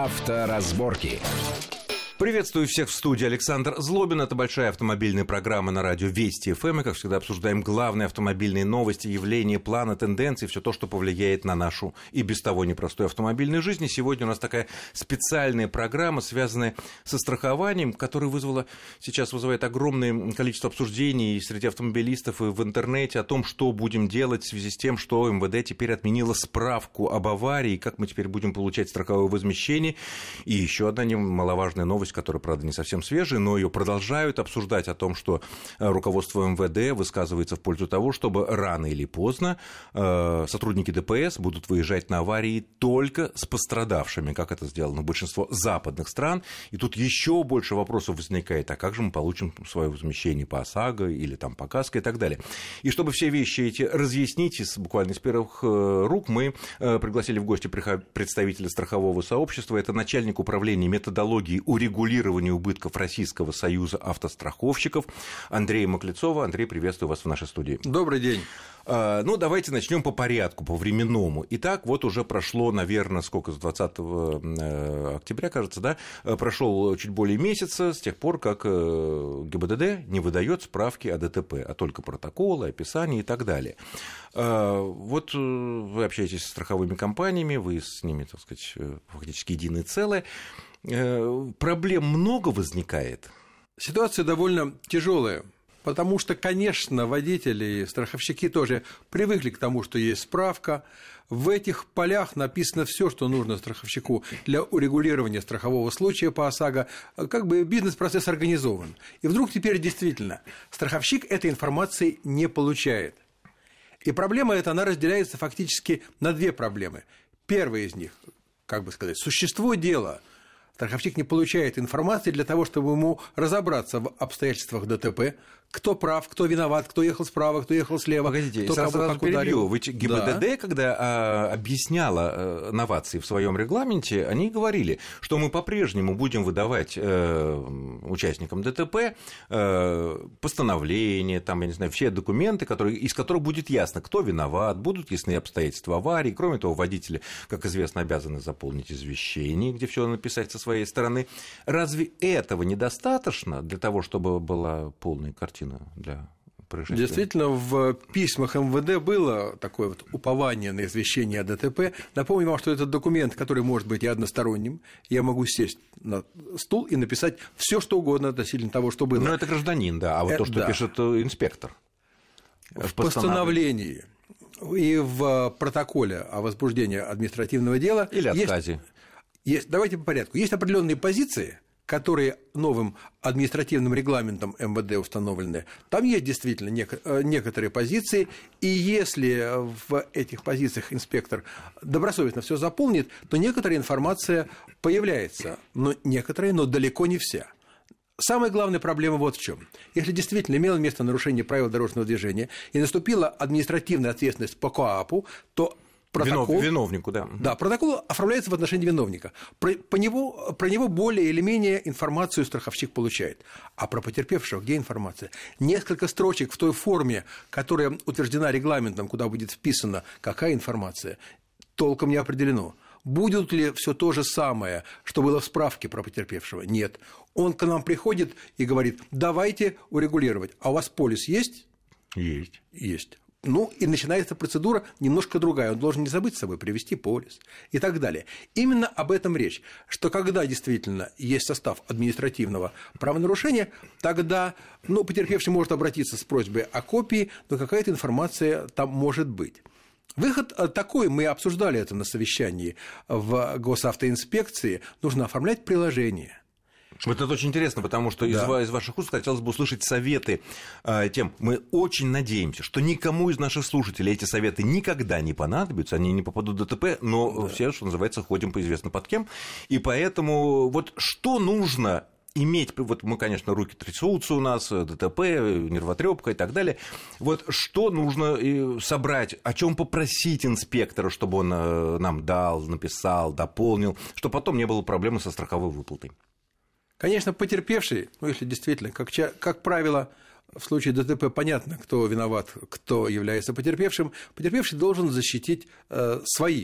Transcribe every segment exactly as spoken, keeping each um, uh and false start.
Авторазборки. Приветствую всех в студии. Александр Злобин. Это большая автомобильная программа на радио Вести эф эм. Мы, как всегда, обсуждаем главные автомобильные новости, явления, планы, тенденции, все то, что повлияет на нашу и без того непростую автомобильную жизнь. И сегодня у нас такая специальная программа, связанная со страхованием, которая вызвала, сейчас вызывает огромное количество обсуждений среди автомобилистов и в интернете о том, что будем делать в связи с тем, что эм вэ дэ теперь отменило справку об аварии, как мы теперь будем получать страховое возмещение. И еще одна немаловажная новость, которая, правда, не совсем свежая, но ее продолжают обсуждать о том, что руководство эм вэ дэ высказывается в пользу того, чтобы рано или поздно э, сотрудники дэ пэ эс будут выезжать на аварии только с пострадавшими, как это сделано большинство западных стран. И тут еще больше вопросов возникает, а как же мы получим свое возмещение по ОСАГО или там по КАСКО и так далее. И чтобы все вещи эти разъяснить из, буквально из первых рук, мы пригласили в гости представителя страхового сообщества. Это начальник управления методологии урегулирования регулированию убытков Российского союза автостраховщиков Андрея Маклецова. Андрей, приветствую вас в нашей студии. Добрый день. Ну, давайте начнем по порядку, по временному. Итак, вот уже прошло, наверное, сколько, с двадцатого октября, кажется, да, прошел чуть более месяца с тех пор, как гэ бэ дэ дэ не выдает справки о дэ тэ пэ, а только протоколы, описания и так далее. Вот вы общаетесь с страховыми компаниями, вы с ними, так сказать, фактически единое целое. Проблем много возникает? Ситуация довольно тяжелая, потому что, конечно, водители и страховщики тоже привыкли к тому, что есть справка. В этих полях написано все, что нужно страховщику для урегулирования страхового случая по ОСАГО. Как бы бизнес-процесс организован. И вдруг теперь действительно страховщик этой информации не получает. И проблема эта, она разделяется фактически на две проблемы. Первая из них, как бы сказать, существо дела. Страховщик не получает информации для того, чтобы ему разобраться в обстоятельствах дэ тэ пэ, кто прав, кто виноват, кто ехал справа, кто ехал слева. Погодите, кто сразу, кого сразу как ударил. Вы, гэ бэ дэ дэ, да. Когда а, объясняла а, новации в своем регламенте, они говорили, что мы по-прежнему будем выдавать а, участникам дэ тэ пэ а, постановления, там, я не знаю, все документы, которые, из которых будет ясно, кто виноват, будут ясны обстоятельства аварии. Кроме того, водители, как известно, обязаны заполнить извещение, где все написать со своей стороны. Разве этого недостаточно для того, чтобы была полная картина для происшествия? Действительно, в письмах эм вэ дэ было такое вот упование на извещение о дэ тэ пэ. Напомню вам, что этот документ, который может быть и односторонним, я могу сесть на стул и написать все, что угодно относительно того, что было. Ну, это гражданин, да, а вот это, то, что да. пишет инспектор. В постановлении и в протоколе о возбуждении административного дела или отказе. Есть, есть, давайте по порядку. Есть определенные позиции, которые новым административным регламентом эм вэ дэ установлены. Там есть действительно нек- некоторые позиции, и если в этих позициях инспектор добросовестно все заполнит, то некоторая информация появляется, но некоторая, но далеко не вся. Самая главная проблема вот в чем. Если действительно имело место нарушение правил дорожного движения и наступила административная ответственность по КоАПу, то протокол, виновнику, да. Да, протокол оформляется в отношении виновника. Про, по него, про него более или менее информацию страховщик получает. А про потерпевшего где информация? Несколько строчек в той форме, которая утверждена регламентом, куда будет вписана какая информация, толком не определено. Будет ли все то же самое, что было в справке про потерпевшего? Нет. Он к нам приходит и говорит, давайте урегулировать. А у вас полис есть? Есть. Есть. Ну, и начинается процедура немножко другая. Он должен не забыть с собой привести полис и так далее. Именно об этом речь, что когда действительно есть состав административного правонарушения, тогда ну, потерпевший может обратиться с просьбой о копии, но какая-то информация там может быть. Выход такой, мы обсуждали это на совещании в госавтоинспекции, нужно оформлять приложение. Вот это очень интересно, потому что да. из, из ваших уст хотелось бы услышать советы э, тем. Мы очень надеемся, что никому из наших слушателей эти советы никогда не понадобятся, они не попадут в дэ тэ пэ, но да. все, что называется, ходим по известно под кем. И поэтому вот что нужно иметь, вот мы, конечно, руки трясутся у нас, дэ тэ пэ, нервотрепка и так далее. Вот что нужно собрать, о чем попросить инспектора, чтобы он нам дал, написал, дополнил, чтобы потом не было проблемы со страховой выплатой? Конечно, потерпевший, ну, если действительно, как, как правило, в случае дэ тэ пэ понятно, кто виноват, кто является потерпевшим, потерпевший должен защитить э, свои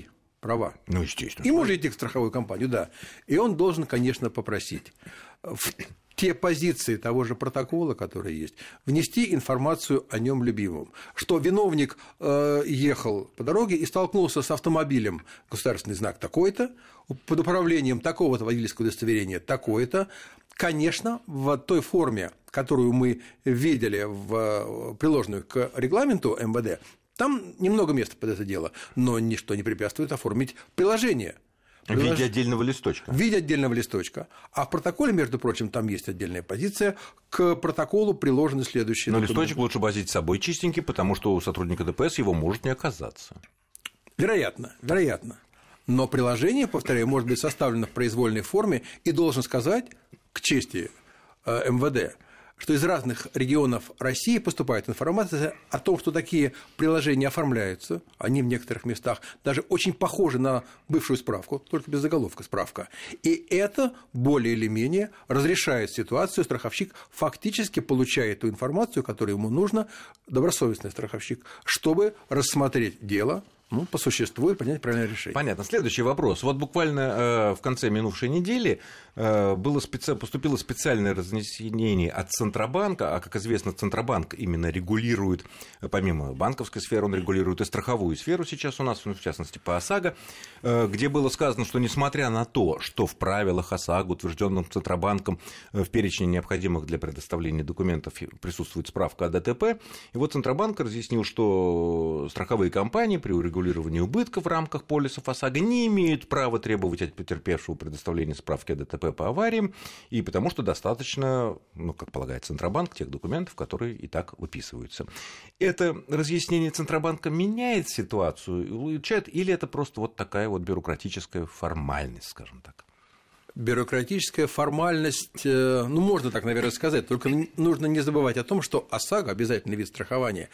права. Ну, естественно. И может идти в страховую компанию, да. И он должен, конечно, попросить в те позиции того же протокола, которые есть, внести информацию о нем любимом. Что виновник э, ехал по дороге и столкнулся с автомобилем, государственный знак такой-то, под управлением такого-то водительского удостоверения такое-то. Конечно, в той форме, которую мы видели, в, приложенную к регламенту эм вэ дэ, там немного места под это дело, но ничто не препятствует оформить приложение. В виде отдельного листочка. В виде отдельного листочка. А в протоколе, между прочим, там есть отдельная позиция. К протоколу приложены следующие Но документы. листочек лучше возить с собой чистенький, потому что у сотрудника дэ пэ эс его может не оказаться. Вероятно, вероятно. Но приложение, повторяю, может быть составлено в произвольной форме и должен сказать, к чести эм вэ дэ, что из разных регионов России поступает информация о том, что такие приложения оформляются, они в некоторых местах даже очень похожи на бывшую справку, только без заголовка справка. И это более или менее разрешает ситуацию, страховщик фактически получает ту информацию, которую ему нужно, добросовестный страховщик, чтобы рассмотреть дело, ну, по существу и принять правильное решение. Понятно. Следующий вопрос. Вот буквально э, в конце минувшей недели э, было специ... поступило специальное разъяснение от Центробанка, а, как известно, Центробанк именно регулирует, помимо банковской сферы, он регулирует и страховую сферу сейчас у нас, ну, в частности, по ОСАГО, э, где было сказано, что несмотря на то, что в правилах ОСАГО, утвержденном Центробанком, в перечне необходимых для предоставления документов присутствует справка о дэ тэ пэ, и вот Центробанк разъяснил, что страховые компании при урегулировании убытков в рамках полисов ОСАГО не имеют права требовать от потерпевшего предоставления справки о дэ тэ пэ по авариям, и потому что достаточно, ну, как полагает Центробанк, тех документов, которые и так выписываются. Это разъяснение Центробанка меняет ситуацию, улучшает, или это просто вот такая вот бюрократическая формальность, скажем так? Бюрократическая формальность, ну, можно так, наверное, сказать, только нужно не забывать о том, что ОСАГО, обязательный вид страхования,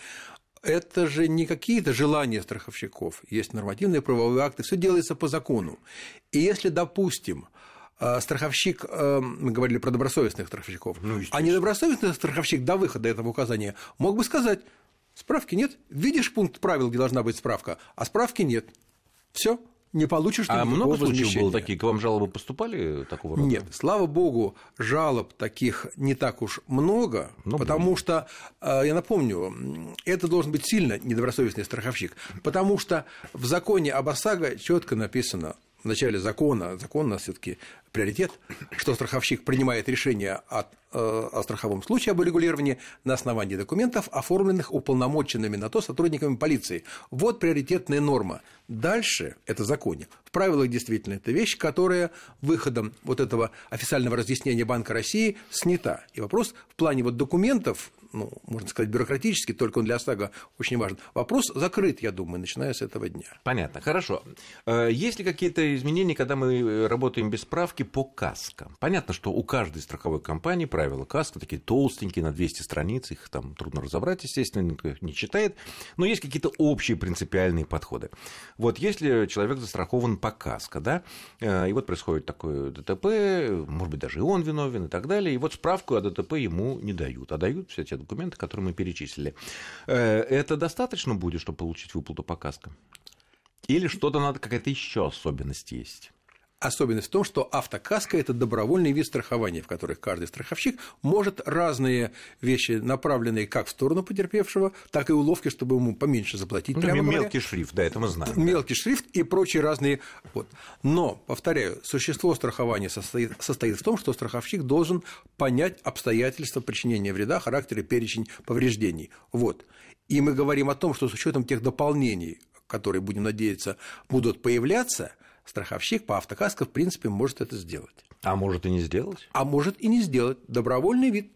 это же не какие-то желания страховщиков, есть нормативные правовые акты, все делается по закону. И если, допустим, страховщик, мы говорили про добросовестных страховщиков, ну, а недобросовестный страховщик до выхода этого указания мог бы сказать: справки нет, видишь пункт правил, где должна быть справка, а справки нет, все. Не получишь ты а никакого много случаев возмещения. было такие? К вам жалобы поступали такого рода? Нет, слава богу, жалоб таких не так уж много, ну, потому блин. что, я напомню, это должен быть сильно недобросовестный страховщик, потому что в законе об ОСАГО четко написано, в начале закона, закон у нас все-таки приоритет, что страховщик принимает решение о, о страховом случае, об урегулировании на основании документов, оформленных уполномоченными на то сотрудниками полиции. Вот приоритетная норма. Дальше это законе. В правилах действительно это вещь, которая выходом вот этого официального разъяснения Банка России снята. И вопрос в плане вот документов, ну, можно сказать, бюрократически, только он для ОСАГО очень важен. Вопрос закрыт, я думаю, начиная с этого дня. Понятно, хорошо. Есть ли какие-то изменения, когда мы работаем без справки по КАСКО? Понятно, что у каждой страховой компании правила КАСКО такие толстенькие, на двести страниц, их там трудно разобрать, естественно, никто их не читает, но есть какие-то общие принципиальные подходы. Вот если человек застрахован по КАСКО, да, и вот происходит такое дэ тэ пэ, может быть, даже и он виновен и так далее, и вот справку о дэ тэ пэ ему не дают, а дают все те документы, которые мы перечислили. Это достаточно будет, чтобы получить выплату по КАСКО? Или что-то надо, какая-то еще особенность есть? Особенность в том, что автокаска – это добровольный вид страхования, в которых каждый страховщик может разные вещи, направленные как в сторону потерпевшего, так и уловки, чтобы ему поменьше заплатить. Ну, прямо мелкий говоря. шрифт, да, это мы знаем. Мелкий да. шрифт и прочие разные. Вот. Но, повторяю, существо страхования состоит, состоит в том, что страховщик должен понять обстоятельства причинения вреда, характер и перечень повреждений. Вот. И мы говорим о том, что с учетом тех дополнений, которые, будем надеяться, будут появляться, страховщик по автокаско, в принципе, может это сделать. А может и не сделать? А может и не сделать. Добровольный вид.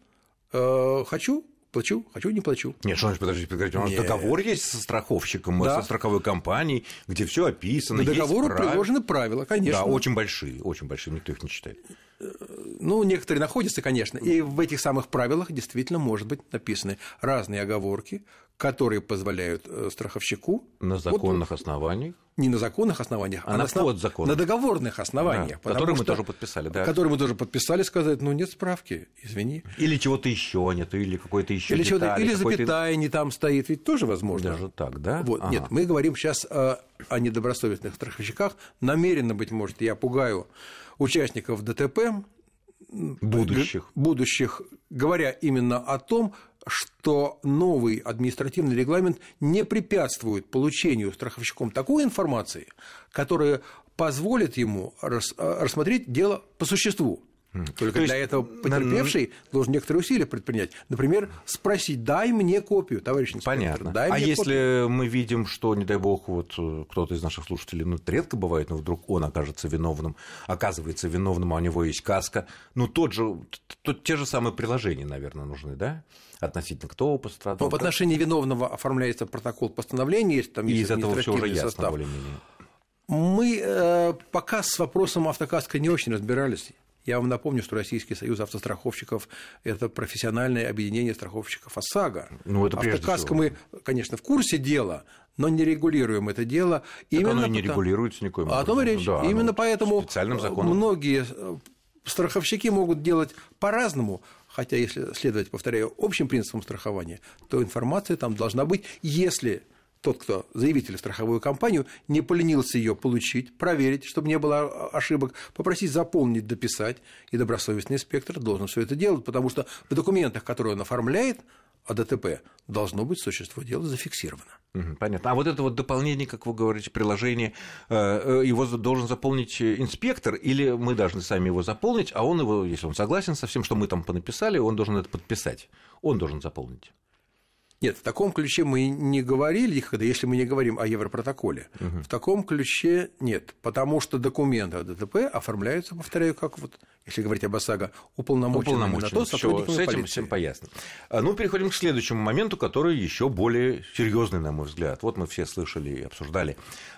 Э, хочу – плачу, хочу – не плачу. Нет, что значит, подождите, подождите, у нас Нет. договор есть со страховщиком, да. со страховой компанией, где все описано, к договору есть приложены правила, конечно. Да, очень большие, очень большие, никто их не читает. Ну, некоторые находятся, конечно, и в этих самых правилах действительно, может быть, написаны разные оговорки, которые позволяют страховщику... На законных вот, основаниях? Не на законных основаниях, а, а на, основ... на договорных основаниях. Да, которые мы тоже подписали, да. Которые мы тоже подписали, сказать, ну, нет справки, извини. Или чего-то еще нет, или какой-то еще или детали. Или запятая не там стоит, ведь тоже возможно. Даже так, да? Вот, ага. Нет, мы говорим сейчас о, о недобросовестных страховщиках. Намеренно, быть может, я пугаю участников ДТП, будущих. будущих, говоря именно о том, что новый административный регламент не препятствует получению страховщиком такой информации, которая позволит ему рассмотреть дело по существу. Только То для есть, этого потерпевший на... должен некоторые усилия предпринять. Например, спросить: дай мне копию, товарищ инспектор. Понятно. Дай а мне если копию. мы видим, что, не дай бог, вот кто-то из наших слушателей, ну, это редко бывает, но вдруг он окажется виновным, оказывается виновным, а у него есть каска, ну, тот же, тот, те же самые приложения, наверное, нужны, да? Относительно кто пострадал. Но в отношении виновного оформляется протокол постановления, если там и есть из этого все уже ясно, состав. более-менее. Мы э, пока с вопросом автокаска не очень разбирались. Я вам напомню, что Российский союз автостраховщиков – это профессиональное объединение страховщиков ОСАГО. Ну, это прежде Автокаск всего. Мы, конечно, в курсе дела, но не регулируем это дело. Так именно оно и не потому... регулируется никоим образом. О том и речь. Да, именно ну, поэтому специальным законом. Многие страховщики могут делать по-разному, хотя, если следовать, повторяю, общим принципам страхования, то информация там должна быть, если тот, кто заявитель в страховую компанию, не поленился ее получить, проверить, чтобы не было ошибок, попросить заполнить, дописать, и добросовестный инспектор должен все это делать, потому что в документах, которые он оформляет о ДТП, должно быть существо дела зафиксировано. Понятно. А вот это вот дополнение, как вы говорите, приложение, его должен заполнить инспектор, или мы должны сами его заполнить, а он его, если он согласен со всем, что мы там понаписали, он должен это подписать, он должен заполнить? Нет, в таком ключе мы не говорили, если мы не говорим о Европротоколе. Угу. В таком ключе нет, потому что документы о ДТП оформляются, повторяю, как вот, если говорить об ОСАГО, уполномоченными на то сотрудниками с этим полиции. Всем поясно. Ну, переходим к следующему моменту, который еще более серьезный, на мой взгляд. Вот мы все слышали и обсуждали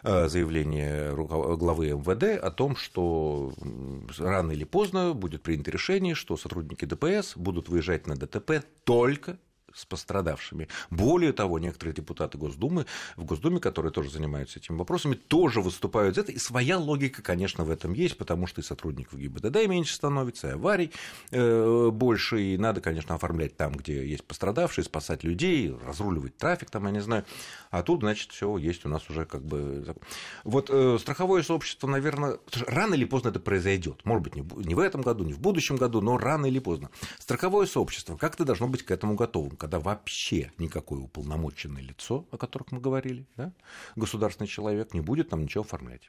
заявление главы эм вэ дэ о том, что рано или поздно будет принято решение, что сотрудники дэ пэ эс будут выезжать на ДТП только с пострадавшими. Более того, некоторые депутаты Госдумы, в Госдуме, которые тоже занимаются этими вопросами, тоже выступают за это. И своя логика, конечно, в этом есть, потому что и сотрудников гэ и бэ дэ дэ меньше становится, и аварий э, больше, и надо, конечно, оформлять там, где есть пострадавшие, спасать людей, разруливать трафик, там, я не знаю. А тут, значит, все есть у нас уже как бы... Вот э, страховое сообщество, наверное, рано или поздно это произойдет. Может быть, не в этом году, не в будущем году, но рано или поздно. Страховое сообщество как-то должно быть к этому готовым, когда вообще никакое уполномоченное лицо, о которых мы говорили, да, государственный человек, не будет нам ничего оформлять.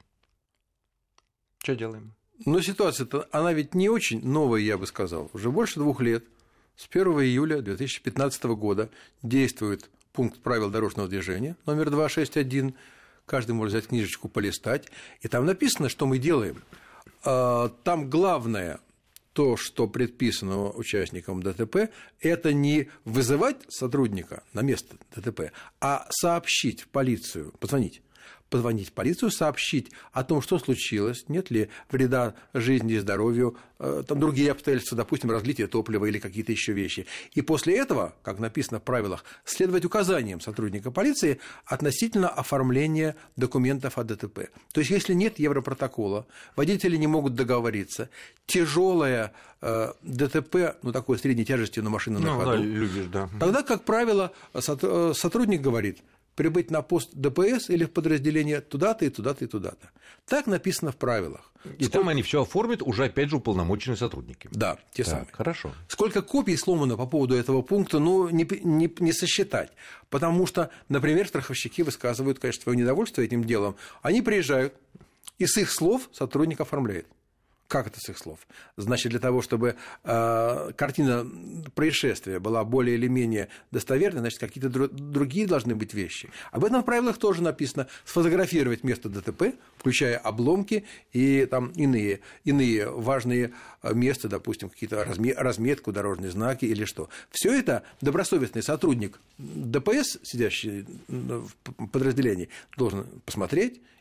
Что делаем? Но ситуация-то, она ведь не очень новая, я бы сказал. Уже больше двух лет, с первого июля две тысячи пятнадцатого года, действует пункт правил дорожного движения номер двести шестьдесят один. Каждый может взять книжечку, полистать. И там написано, что мы делаем. Там главное... То, что предписано участникам ДТП, это не вызывать сотрудника на место ДТП, а сообщить в полицию, позвонить. Позвонить в полицию, сообщить о том, что случилось, нет ли вреда жизни и здоровью, там другие обстоятельства, допустим, разлитие топлива или какие-то еще вещи. И после этого, как написано в правилах, следовать указаниям сотрудника полиции относительно оформления документов о ДТП. То есть, если нет Европротокола, водители не могут договориться, тяжелое э, ДТП, ну, такой средней тяжести, но машина на ну, ходу, да, любишь, да. Тогда, как правило, сотрудник говорит: прибыть на пост дэ пэ эс или в подразделение туда-то и туда-то и туда-то. Так написано в правилах. И Сколько... там они все оформят, уже опять же уполномоченные сотрудники. Да, те так, самые. Хорошо. Сколько копий сломано по поводу этого пункта, ну, не, не, не сосчитать. Потому что, например, страховщики высказывают, конечно, свое недовольство этим делом. Они приезжают, и с их слов сотрудник оформляет. Как это с их слов? Значит, для того, чтобы э, картина происшествия была более или менее достоверной, значит, какие-то дру- другие должны быть вещи. Об этом в правилах тоже написано: сфотографировать место ДТП, включая обломки и там иные, иные важные места, допустим, какие-то разме- разметку, дорожные знаки или что. Все это добросовестный сотрудник дэ пэ эс, сидящий в подразделении, должен посмотреть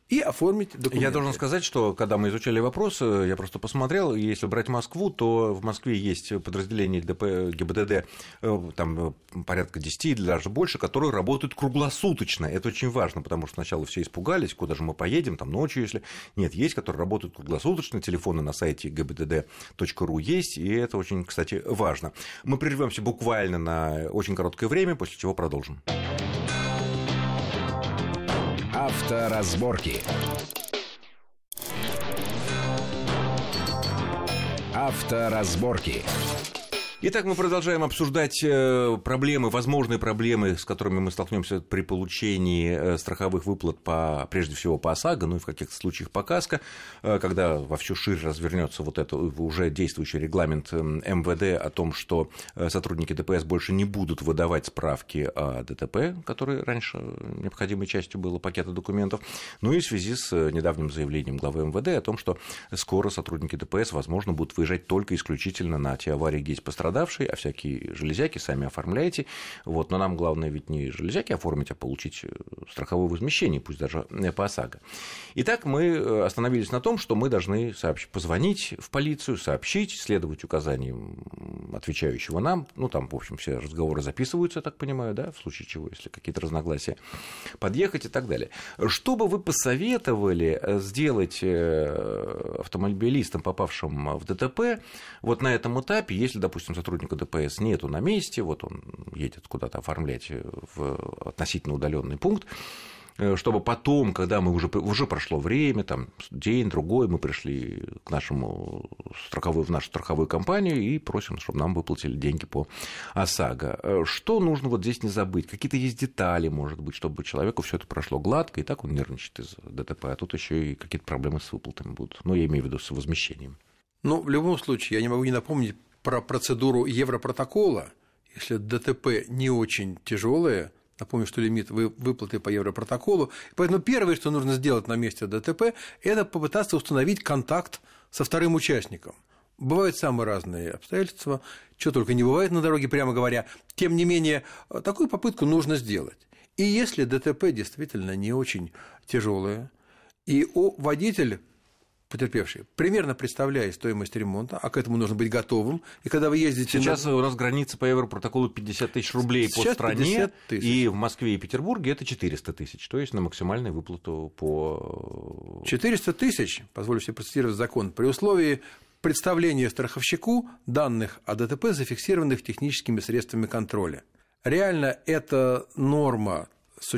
и оформить документы. Я должен сказать, что когда мы изучали вопрос, я просто посмотрел, если брать Москву, то в Москве есть подразделение ДП, ГИБДД, там порядка десять, даже больше, которые работают круглосуточно. Это очень важно, потому что сначала все испугались, куда же мы поедем, там ночью, если... Нет, есть, которые работают круглосуточно, телефоны на сайте гэ бэ дэ дэ точка ру есть, и это очень, кстати, важно. Мы прервемся буквально на очень короткое время, после чего продолжим. Авторазборки. Авторазборки. Итак, мы продолжаем обсуждать проблемы, возможные проблемы, с которыми мы столкнемся при получении страховых выплат, по, прежде всего по ОСАГО, ну и в каких-то случаях по КАСКО, когда во всю ширь развернется вот этот уже действующий регламент эм вэ дэ о том, что сотрудники дэ пэ эс больше не будут выдавать справки о дэ тэ пэ, которые раньше необходимой частью было пакета документов, ну и в связи с недавним заявлением главы эм вэ дэ о том, что скоро сотрудники дэ пэ эс, возможно, будут выезжать только исключительно на те аварии, где есть пострадавшие, а всякие железяки сами оформляйте. Вот. Но нам главное ведь не железяки оформить, а получить страховое возмещение, пусть даже по ОСАГО. Итак, мы остановились на том, что мы должны сообщ... позвонить в полицию, сообщить, следовать указаниям отвечающего нам. Ну, там, в общем, все разговоры записываются, я так понимаю, да, в случае чего, если какие-то разногласия, подъехать и так далее. Что бы вы посоветовали сделать автомобилистам, попавшим в дэ тэ пэ, вот на этом этапе, если, допустим, сотрудника дэ пэ эс нету на месте, вот он едет куда-то оформлять в относительно удаленный пункт, чтобы потом, когда мы уже, уже прошло время, там, день, другой, мы пришли к нашему страховой, в нашу страховую компанию и просим, чтобы нам выплатили деньги по ОСАГО. Что нужно вот здесь не забыть? Какие-то есть детали, может быть, чтобы человеку все это прошло гладко, и так он нервничает из дэ тэ пэ, а тут еще и какие-то проблемы с выплатами будут. Ну, я имею в виду с возмещением. Ну, в любом случае, я не могу не напомнить про процедуру Европротокола. Если дэ тэ пэ не очень тяжелое, напомню, что лимит выплаты по Европротоколу. Поэтому первое, что нужно сделать на месте дэ тэ пэ, это попытаться установить контакт со вторым участником. Бывают самые разные обстоятельства, что только не бывает на дороге, прямо говоря. Тем не менее, такую попытку нужно сделать. И если дэ тэ пэ действительно не очень тяжелое, и водитель, потерпевший, примерно представляя стоимость ремонта, а к этому нужно быть готовым. И когда вы ездите... Сейчас на... у нас граница по Европротоколу пятьдесят тысяч рублей по стране, и в Москве и Петербурге это четыреста тысяч, то есть на максимальную выплату по... четыреста тысяч, позволю себе процитировать закон, при условии представления страховщику данных о дэ тэ пэ, зафиксированных техническими средствами контроля. Реально эта норма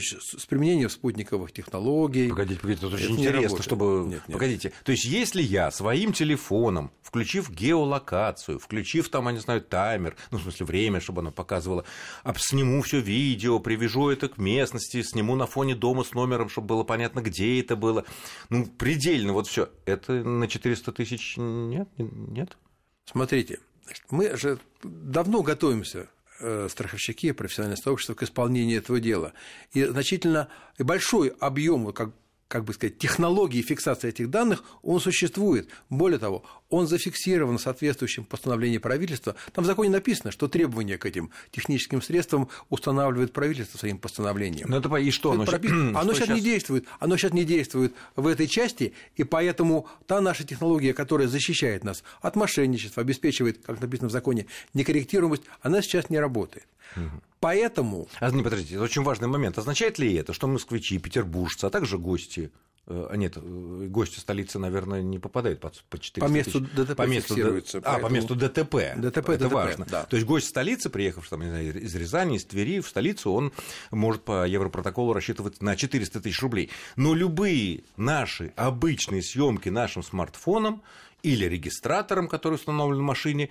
с применением спутниковых технологий. Погодите, погодите, это очень это интересно, чтобы... Нет, нет. Погодите, то есть если я своим телефоном, включив геолокацию, включив там, я не знаю, таймер, ну, в смысле, время, чтобы оно показывало, сниму все видео, привяжу это к местности, сниму на фоне дома с номером, чтобы было понятно, где это было, ну, предельно вот все. Это на четыреста тысяч нет? Нет? Смотрите, мы же давно готовимся, страховщики, профессиональное сообщество, к исполнению этого дела. И значительно и большой объем, как, как бы сказать, технологии фиксации этих данных, он существует. Более того, он зафиксирован соответствующим постановлением правительства. Там в законе написано, что требования к этим техническим средствам устанавливает правительство своим постановлением. Ну, это и что? Оно, оно, оно что сейчас не действует. Оно сейчас не действует в этой части, и поэтому та наша технология, которая защищает нас от мошенничества, обеспечивает, как написано в законе, некорректируемость, она сейчас не работает. Угу. Поэтому... А, не, подождите, это очень важный момент. Означает ли это, что москвичи, петербуржцы, а также гости... А нет, гости столицы, наверное, не попадают под, под четыреста по месту тысяч. дэ тэ пэ по месту фиксируется. А, поэтому... по месту дэ тэ пэ. дэ тэ пэ это дэ тэ пэ, важно. Да. То есть гость столицы, приехавший там, не знаю, из Рязани, из Твери в столицу, он может по Европротоколу рассчитывать на четыреста тысяч рублей. Но любые наши обычные съемки нашим смартфоном или регистратором, который установлен в машине,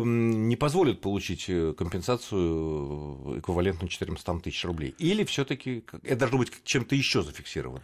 не позволят получить компенсацию эквивалентную четыремстам тысяч рублей. Или все-таки это должно быть чем-то еще зафиксировано?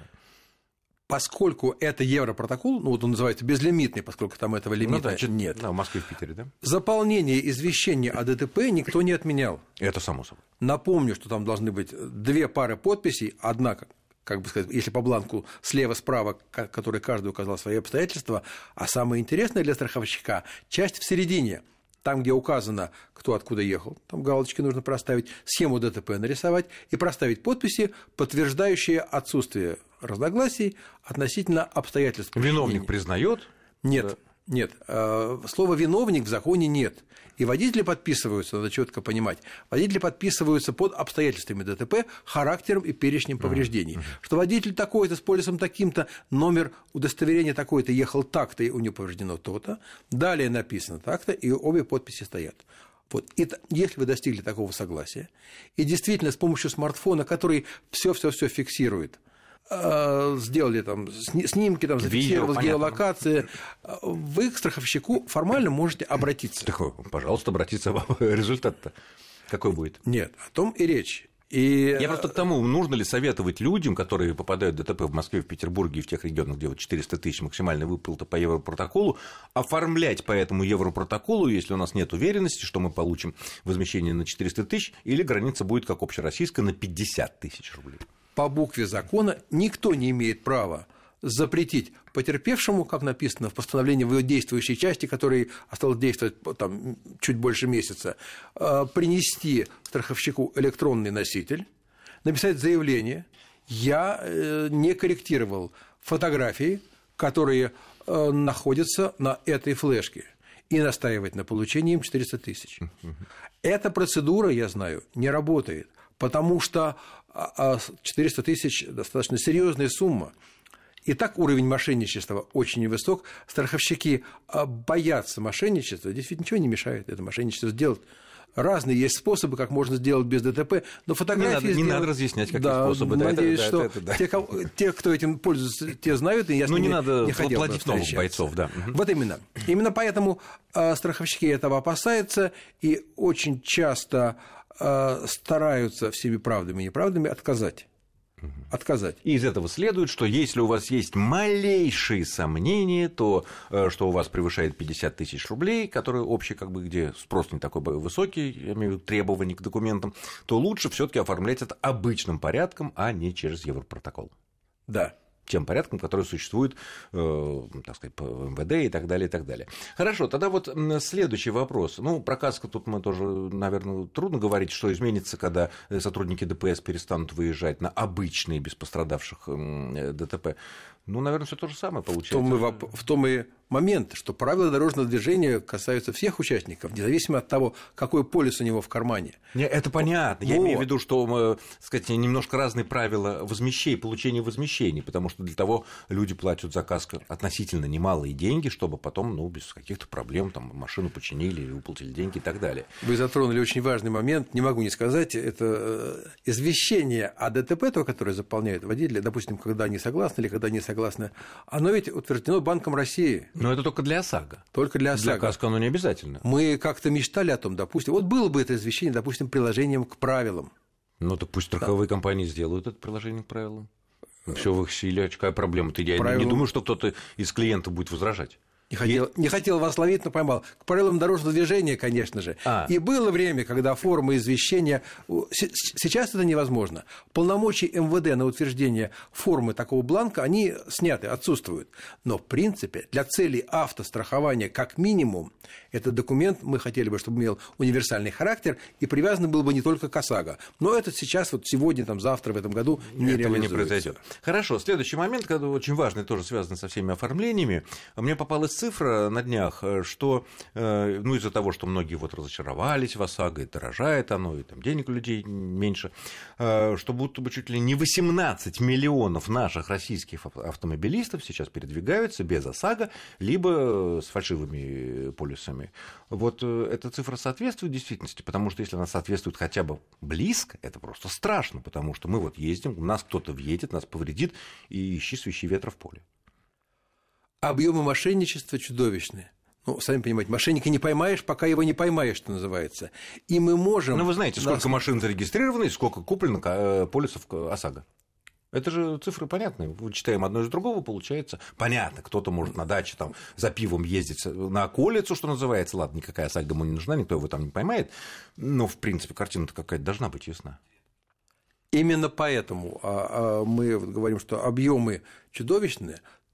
Поскольку это Европротокол, ну вот он называется безлимитный, поскольку там этого лимита ну, да, нет. Да, в Москве и в Питере, да? Заполнение извещения о дэ тэ пэ никто не отменял. Это само собой. Напомню, что там должны быть две пары подписей, одна, как бы сказать, если по бланку слева-справа, который каждый указал свои обстоятельства, а самое интересное для страховщика – часть в середине. Там, где указано, кто откуда ехал, там галочки нужно проставить, схему дэ тэ пэ нарисовать и проставить подписи, подтверждающие отсутствие разногласий относительно обстоятельств. Виновник признает? Нет. Да. Нет, слова «виновник» в законе нет. И водители подписываются, надо четко понимать, водители подписываются под обстоятельствами ДТП, характером и перечнем повреждений. Uh-huh. Что водитель такой-то с полисом таким-то, номер удостоверения такой-то, ехал так-то, и у него повреждено то-то, далее написано так-то, и обе подписи стоят. Вот. И если вы достигли такого согласия, и действительно с помощью смартфона, который все-все-все фиксирует, сделали там снимки, там, зафиксировалась геолокация, вы к страховщику формально можете обратиться. Так, пожалуйста, обратиться, результат-то какой будет? Нет, о том и речь. И... Я просто к тому, нужно ли советовать людям, которые попадают в ДТП в Москве, в Петербурге и в тех регионах, где вот четыреста тысяч максимальная выплата по Европротоколу, оформлять по этому Европротоколу, если у нас нет уверенности, что мы получим возмещение на четыреста тысяч, или граница будет как общероссийская на пятьдесят тысяч рублей. По букве закона никто не имеет права запретить потерпевшему, как написано в постановлении в его действующей части, которой осталось действовать там, чуть больше месяца, принести страховщику электронный носитель, написать заявление. Я не корректировал фотографии, которые находятся на этой флешке, и настаивать на получении им четыреста тысяч. Эта процедура, я знаю, не работает, потому что четыреста тысяч – достаточно серьезная сумма. И так уровень мошенничества очень высок. Страховщики боятся мошенничества. Действительно, ничего не мешает это мошенничество сделать. Разные есть способы, как можно сделать без ДТП, но фотографии не надо, сделать... Не надо разъяснять, какие да, способы. Надеюсь, да, что это, это, да. те, кого, те, кто этим пользуется, те знают, и я с ними не надо не хотел плодить новых бойцов, да. Вот именно. Именно поэтому э, страховщики этого опасаются и очень часто э, стараются всеми правдами и неправдами отказать. Отказать. И из этого следует, что если у вас есть малейшие сомнения, то что у вас превышает пятьдесят тысяч рублей, которые общие, как бы, где спрос не такой высокий, я имею в виду требования к документам, то лучше все-таки оформлять это обычным порядком, а не через Европротокол. Да. Тем порядком, который существует, э, так сказать, по эм вэ дэ и так далее, и так далее. Хорошо, тогда вот следующий вопрос. Ну, про КАСКО тут мы тоже, наверное, трудно говорить, что изменится, когда сотрудники дэ пэ эс перестанут выезжать на обычные, без пострадавших дэ тэ пэ. Ну, наверное, все то же самое получается. В том, и, в том и момент, что правила дорожного движения касаются всех участников, независимо от того, какой полис у него в кармане. Не, это понятно. Я вот. имею в виду, что, так сказать, немножко разные правила возмещения, получения возмещений, потому что для того люди платят за КАСКО относительно немалые деньги, чтобы потом, ну, без каких-то проблем там, машину починили, выплатили деньги и так далее. Вы затронули очень важный момент, не могу не сказать, это извещение о дэ тэ пэ, то, которое заполняют водители, допустим, когда они согласны или когда не согласны, оно ведь утверждено Банком России. Но это только для ОСАГО. Только для ОСАГО. Для КАСКО оно не обязательно. Мы как-то мечтали о том, допустим, вот было бы это извещение, допустим, приложением к правилам. Ну, так пусть страховые да. компании сделают это приложение к правилам. Все в их силе, какая проблема-то? Я Правил... не думаю, что кто-то из клиентов будет возражать. Не хотел, и... не хотел вас ловить, но поймал. К правилам дорожного движения, конечно же. А. И было время, когда форма извещения... Сейчас это невозможно. Полномочия эм вэ дэ на утверждение формы такого бланка, они сняты, отсутствуют. Но, в принципе, для целей автострахования, как минимум, этот документ мы хотели бы, чтобы имел универсальный характер и привязан был бы не только к ОСАГО. Но это сейчас, вот сегодня, там, завтра, в этом году не Этого реализуется. не произойдет. Хорошо. Следующий момент, когда очень важный, тоже связан со всеми оформлениями. Мне попалась цифра на днях, что, ну, из-за того, что многие вот разочаровались в ОСАГО, и дорожает оно, и там денег у людей меньше, что будто бы чуть ли не восемнадцать миллионов наших российских автомобилистов сейчас передвигаются без ОСАГО, либо с фальшивыми полисами. Вот эта цифра соответствует действительности, потому что если она соответствует хотя бы близко, это просто страшно, потому что мы вот ездим, у нас кто-то въедет, нас повредит, и ищи свищи ветра в поле. Объемы мошенничества чудовищные. Ну, сами понимаете, мошенника не поймаешь, пока его не поймаешь, что называется. И мы можем... Ну, вы знаете, сколько нас... машин зарегистрировано и сколько куплено полисов ОСАГО. Это же цифры понятные. Вычитаем одно из другого, получается. Понятно, кто-то может на даче там, за пивом ездить на околицу, что называется. Ладно, никакая ОСАГО ему не нужна, никто его там не поймает. Но, в принципе, картина-то какая-то должна быть ясна. Именно поэтому мы говорим, что объемы чудовищные.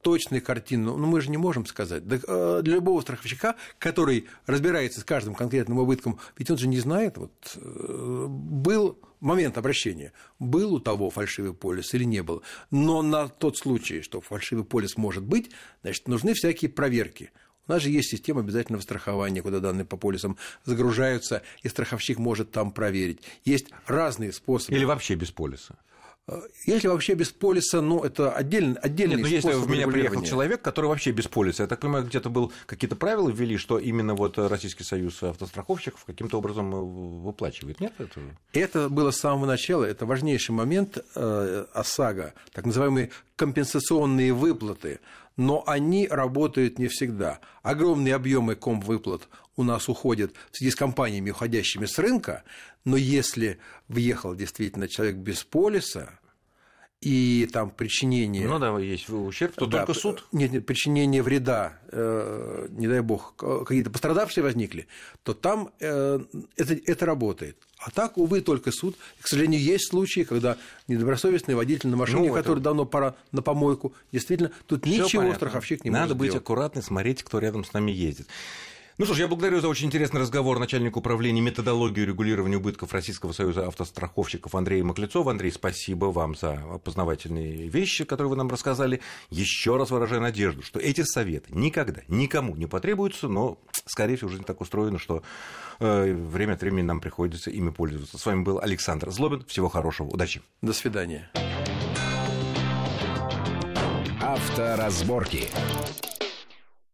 точной картины, ну, мы же не можем сказать. Для любого страховщика, который разбирается с каждым конкретным убытком, ведь он же не знает, вот, был момент обращения, был у того фальшивый полис или не был. Но на тот случай, что фальшивый полис может быть, значит, нужны всякие проверки. У нас же есть система обязательного страхования, куда данные по полисам загружаются, и страховщик может там проверить. Есть разные способы. Или вообще без полиса. Если вообще без полиса, ну, это отдельный, отдельный Нет, способ. Если в меня приехал человек, который вообще без полиса, я так понимаю, где-то был, какие-то правила ввели, что именно вот Российский союз автостраховщиков каким-то образом выплачивает, нет этого? Это было с самого начала, это важнейший момент э, ОСАГО, так называемые компенсационные выплаты, но они работают не всегда. Огромные объемы комвыплат у нас уходят в связи с компаниями, уходящими с рынка, но если въехал действительно человек без полиса, и там причинение... Ну да, есть ущерб, то да, только суд. Нет, нет, причинение вреда, э, не дай бог, какие-то пострадавшие возникли, то там э, это, это работает. А так, увы, только суд. И, к сожалению, есть случаи, когда недобросовестный водитель на машине, ну, который это... давно пора на помойку, действительно, тут Всё ничего понятно. Страховщик не Надо может быть сделать. аккуратным, смотреть, кто рядом с нами ездит. Ну что ж, я благодарю за очень интересный разговор начальника управления методологии регулирования убытков Российского союза автостраховщиков Андрея Маклецова. Андрей, спасибо вам за познавательные вещи, которые вы нам рассказали. Еще раз выражаю надежду, что эти советы никогда никому не потребуются, но, скорее всего, жизнь так устроена, что э, время от времени нам приходится ими пользоваться. С вами был Александр Злобин. Всего хорошего. Удачи. До свидания. Авторазборки.